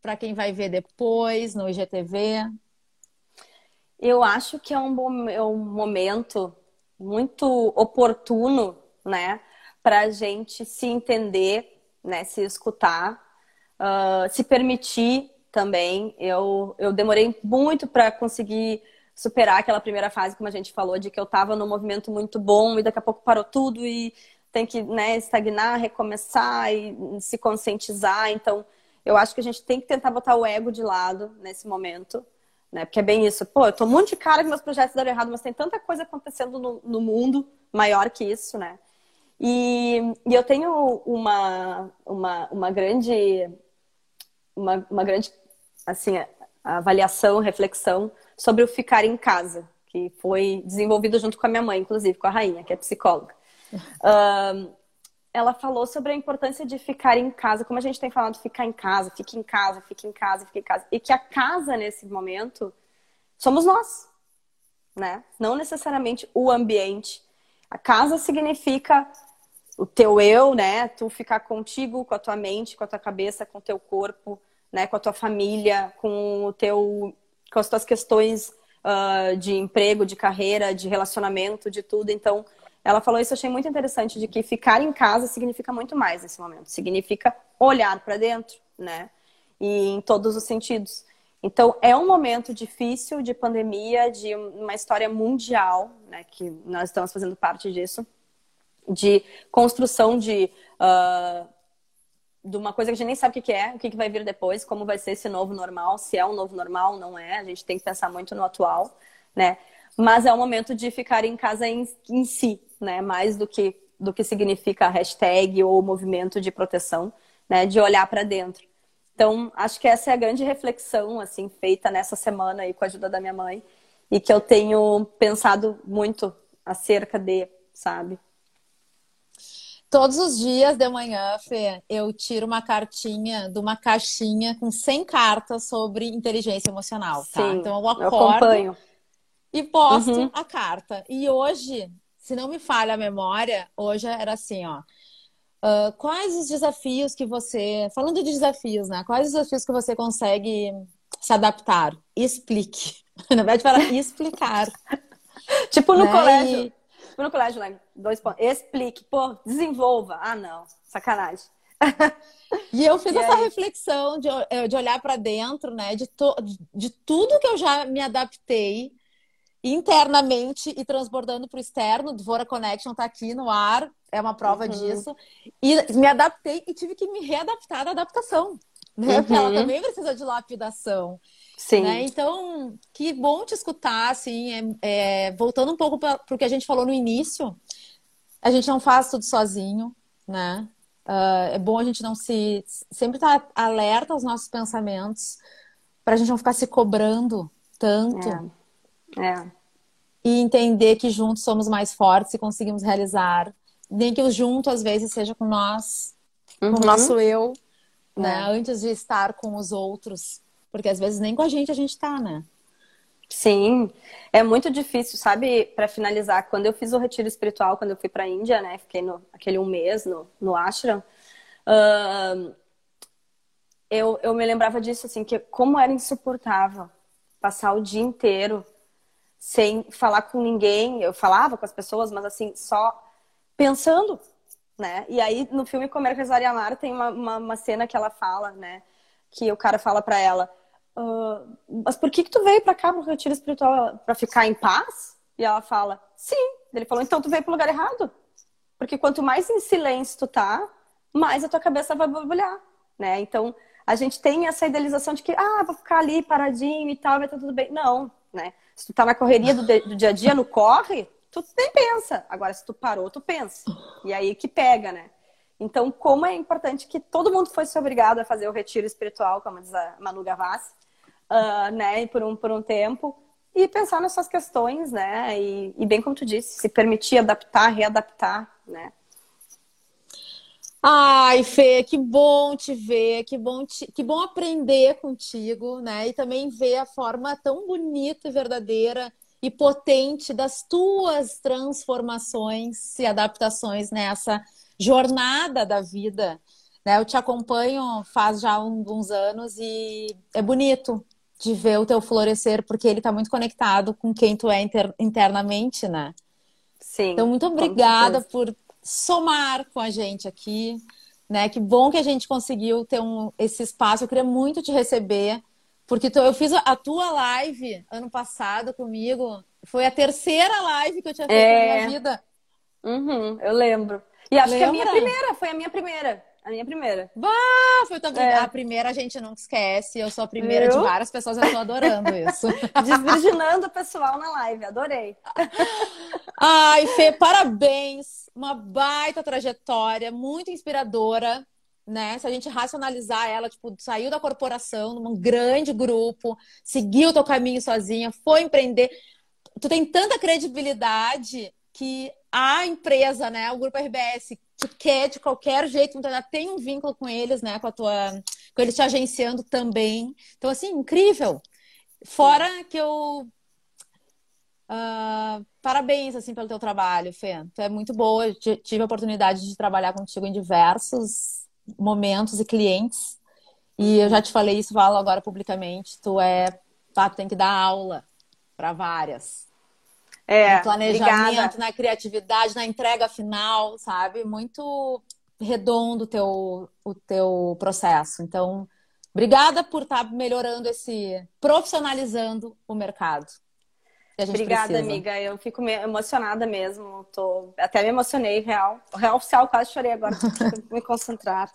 Speaker 1: para quem vai ver depois no IGTV?
Speaker 2: Eu acho que é um momento muito oportuno, né, para a gente se entender, né, se escutar, se permitir também. Eu demorei muito para conseguir superar aquela primeira fase, como a gente falou, de que eu estava num movimento muito bom e daqui a pouco parou tudo e tem que, né, estagnar, recomeçar e se conscientizar. Então, eu acho que a gente tem que tentar botar o ego de lado nesse momento, né? Porque é bem isso. Pô, eu tô muito de cara que meus projetos deram errado, mas tem tanta coisa acontecendo no mundo maior que isso, né? E eu tenho uma grande, uma grande, assim, avaliação, reflexão sobre o ficar em casa, que foi desenvolvido junto com a minha mãe, inclusive, com a Rainha, que é psicóloga. Ela falou sobre a importância de ficar em casa, como a gente tem falado, ficar em casa, fique em casa, fique em casa, fique em casa. E que a casa, nesse momento, somos nós, né? Não necessariamente o ambiente. A casa significa o teu eu, né? Tu ficar contigo, com a tua mente, com a tua cabeça, com o teu corpo, né? Com a tua família, com as tuas questões de emprego, de carreira, de relacionamento, de tudo. Então, ela falou isso, eu achei muito interessante, de que ficar em casa significa muito mais nesse momento. Significa olhar para dentro, né? E em todos os sentidos. Então, é um momento difícil de pandemia, de uma história mundial, né? Que nós estamos fazendo parte disso. De construção de uma coisa que a gente nem sabe o que é, o que vai vir depois, como vai ser esse novo normal, se é um novo normal, não é. A gente tem que pensar muito no atual, né? Mas é um momento de ficar em casa em si, né? Mais do que significa a hashtag ou o movimento de proteção, né? De olhar para dentro. Então, acho que essa é a grande reflexão, assim, feita nessa semana aí com a ajuda da minha mãe e que eu tenho pensado muito acerca de, sabe?
Speaker 1: Todos os dias de manhã, Fê, eu tiro uma cartinha de uma caixinha com 100 cartas sobre inteligência emocional, tá?
Speaker 2: Sim,
Speaker 1: Então eu
Speaker 2: eu
Speaker 1: acordo
Speaker 2: acompanho.
Speaker 1: e posto
Speaker 2: Uhum.
Speaker 1: a carta. E hoje, se não me falha a memória, hoje era assim, ó. Quais os desafios que você... Falando de desafios, né? Quais os desafios que você consegue se adaptar? Explique. Na verdade, para explicar,
Speaker 2: Tipo no
Speaker 1: né?
Speaker 2: colégio. Tipo no colégio, né? 2 pontos. Explique. Pô, desenvolva. Ah, não. Sacanagem.
Speaker 1: E eu fiz
Speaker 2: E
Speaker 1: essa
Speaker 2: aí?
Speaker 1: reflexão de olhar para dentro, né? De tudo que eu já me adaptei internamente e transbordando para o externo. Dvora Connection está aqui no ar, é uma prova
Speaker 2: Uhum.
Speaker 1: disso. E me adaptei e tive que me readaptar à adaptação, né? Porque ela
Speaker 2: Uhum.
Speaker 1: também precisa de lapidação, né?
Speaker 2: Sim.
Speaker 1: Então, que bom te escutar, assim, voltando um pouco para o que a gente falou no início, a gente não faz tudo sozinho, né? É bom a gente não sempre estar alerta aos nossos pensamentos, para a gente não ficar se cobrando tanto
Speaker 2: É. É.
Speaker 1: e entender que juntos somos mais fortes e conseguimos realizar. Nem que o junto, às vezes, seja com nós, com o
Speaker 2: Uhum.
Speaker 1: nosso eu, né?
Speaker 2: É.
Speaker 1: Antes de estar com os outros. Porque às vezes nem com a gente tá, né?
Speaker 2: Sim. É muito difícil, sabe? Para finalizar, quando eu fiz o retiro espiritual, quando eu fui para a Índia, né? Fiquei aquele 1 mês no ashram. Eu me lembrava disso, assim, que como era insuportável passar o dia inteiro sem falar com ninguém. Eu falava com as pessoas, mas assim, só pensando, né? E aí, no filme Comer, Rezar e Amar, tem uma cena que ela fala, né? Que o cara fala pra ela, mas por que tu veio pra cá pro retiro espiritual? Pra ficar em paz? E ela fala, sim. Ele falou, então tu veio pro lugar errado. Porque quanto mais em silêncio tu tá, mais a tua cabeça vai borbulhar, né? Então, a gente tem essa idealização de que, vou ficar ali paradinho e tal, vai estar tudo bem. Não, né? Se tu tá na correria do dia a dia, no corre, tu nem pensa. Agora, se tu parou, tu pensa. E aí que pega, né? Então, como é importante que todo mundo fosse obrigado a fazer o retiro espiritual, como diz a Manu Gavassi, né? Por um tempo. E pensar nas suas questões, né? E bem como tu disse, se permitir adaptar, readaptar, né?
Speaker 1: Ai, Fê, que bom te ver, que bom aprender contigo, né? E também ver a forma tão bonita e verdadeira e potente das tuas transformações e adaptações nessa jornada da vida. né? Eu te acompanho faz já alguns anos e é bonito de ver o teu florescer, porque ele tá muito conectado com quem tu é internamente, né? Então,
Speaker 2: Sim,
Speaker 1: muito
Speaker 2: com
Speaker 1: obrigada
Speaker 2: certeza.
Speaker 1: por somar com a gente aqui, né? Que bom que a gente conseguiu ter esse espaço. Eu queria muito te receber, porque eu fiz a tua live ano passado comigo. Foi a terceira live que eu tinha feito na minha
Speaker 2: É,
Speaker 1: vida.
Speaker 2: eu lembro. E acho que a minha
Speaker 1: Lembra?
Speaker 2: primeira, foi a minha primeira. A minha primeira.
Speaker 1: Bah, foi tua primeira. A
Speaker 2: É,
Speaker 1: primeira a gente nunca esquece. Eu sou a primeira de
Speaker 2: viu?
Speaker 1: várias pessoas, eu tô adorando isso.
Speaker 2: Desvirginando o pessoal na live, adorei.
Speaker 1: Ai, Fê, parabéns! Uma baita trajetória, muito inspiradora, né? Se a gente racionalizar ela, tipo, saiu da corporação, num grande grupo, seguiu o teu caminho sozinha, foi empreender. Tu tem tanta credibilidade que a empresa, né, o grupo RBS, te quer de qualquer jeito, então já tem um vínculo com eles, né, com eles te agenciando também. Então, assim, incrível.
Speaker 2: Sim.
Speaker 1: Fora que eu parabéns, assim, pelo teu trabalho, Fê. Tu é muito boa. Eu tive a oportunidade de trabalhar contigo em diversos momentos e clientes. E eu já te falei isso, falo agora publicamente. Tu tem que dar aula para várias. No
Speaker 2: É,
Speaker 1: planejamento,
Speaker 2: obrigada.
Speaker 1: na criatividade, na entrega final, sabe? Muito redondo o teu processo. Então, obrigada por estar melhorando profissionalizando o mercado que a gente
Speaker 2: Obrigada,
Speaker 1: precisa.
Speaker 2: amiga. Eu fico emocionada mesmo. Até me emocionei, real. O real oficial, quase chorei agora, tive que me concentrar.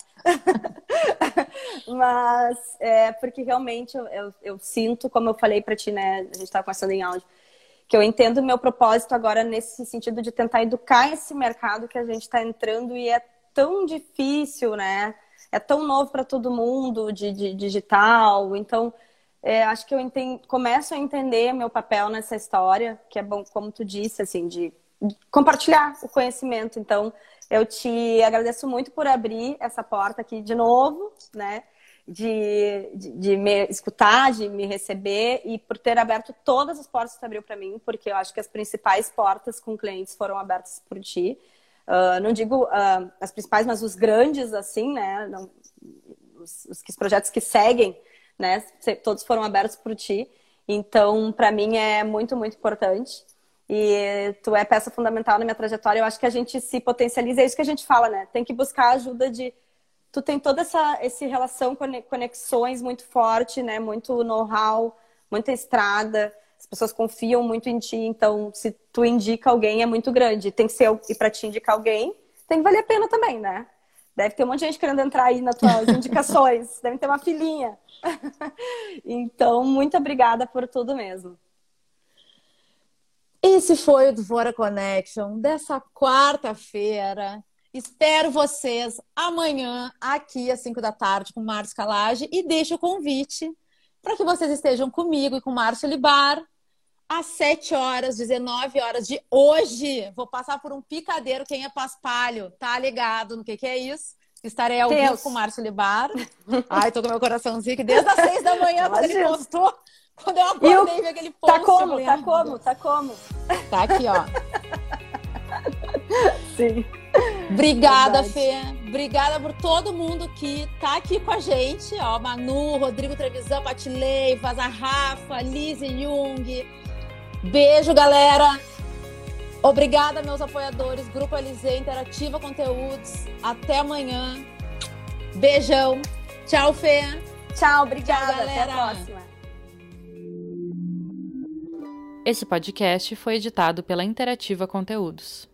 Speaker 2: Mas é porque realmente eu sinto, como eu falei pra ti, né? A gente estava conversando em áudio, que eu entendo o meu propósito agora nesse sentido de tentar educar esse mercado que a gente está entrando e é tão difícil, né? É tão novo para todo mundo de digital. Então, acho que começo a entender meu papel nessa história, que é bom, como tu disse, assim, de compartilhar o conhecimento. Então, eu te agradeço muito por abrir essa porta aqui de novo, né? De me escutar, de me receber e por ter aberto todas as portas que tu abriu para mim, porque eu acho que as principais portas com clientes foram abertas por ti. Não digo as principais, mas os grandes, assim, né? Não, os projetos que seguem, né? Todos foram abertos por ti. Então, para mim é muito, muito importante. E tu é peça fundamental na minha trajetória. Eu acho que a gente se potencializa, é isso que a gente fala, né? Tem que buscar a ajuda de... Tu tem toda essa relação, conexões muito forte, né? Muito know-how, muita estrada. As pessoas confiam muito em ti. Então, se tu indica alguém, é muito grande. Tem que ser... E para te indicar alguém, tem que valer a pena também, né? Deve ter um monte de gente querendo entrar aí nas tuas indicações. Deve ter uma filinha. Então, muito obrigada por tudo mesmo.
Speaker 1: Esse foi o Dvora Connection dessa quarta-feira. Espero vocês amanhã, aqui às 5 da tarde, com o Márcio Calage. E deixo o convite para que vocês estejam comigo e com o Márcio Libar às 7 horas, 19 horas de hoje. Vou passar por um picadeiro. Quem é paspalho, tá ligado no que é isso? Estarei ao vivo com o Márcio Libar. Ai, tô com meu coraçãozinho aqui desde as 6 da manhã, quando ele postou. Quando eu acordei e vi aquele post.
Speaker 2: Tá como?
Speaker 1: Falei,
Speaker 2: Tá como? Tá como?
Speaker 1: Tá aqui, ó.
Speaker 2: Sim.
Speaker 1: Obrigada, Fê. Obrigada por todo mundo que tá aqui com a gente. Ó, Manu, Rodrigo Trevisan, Patileivas, a Rafa, Lise Jung. Beijo, galera. Obrigada, meus apoiadores. Grupo LZ, Interativa Conteúdos. Até amanhã. Beijão. Tchau, Fê.
Speaker 2: Tchau, obrigada.
Speaker 1: Tchau, galera.
Speaker 2: Até a próxima.
Speaker 3: Esse podcast foi editado pela Interativa Conteúdos.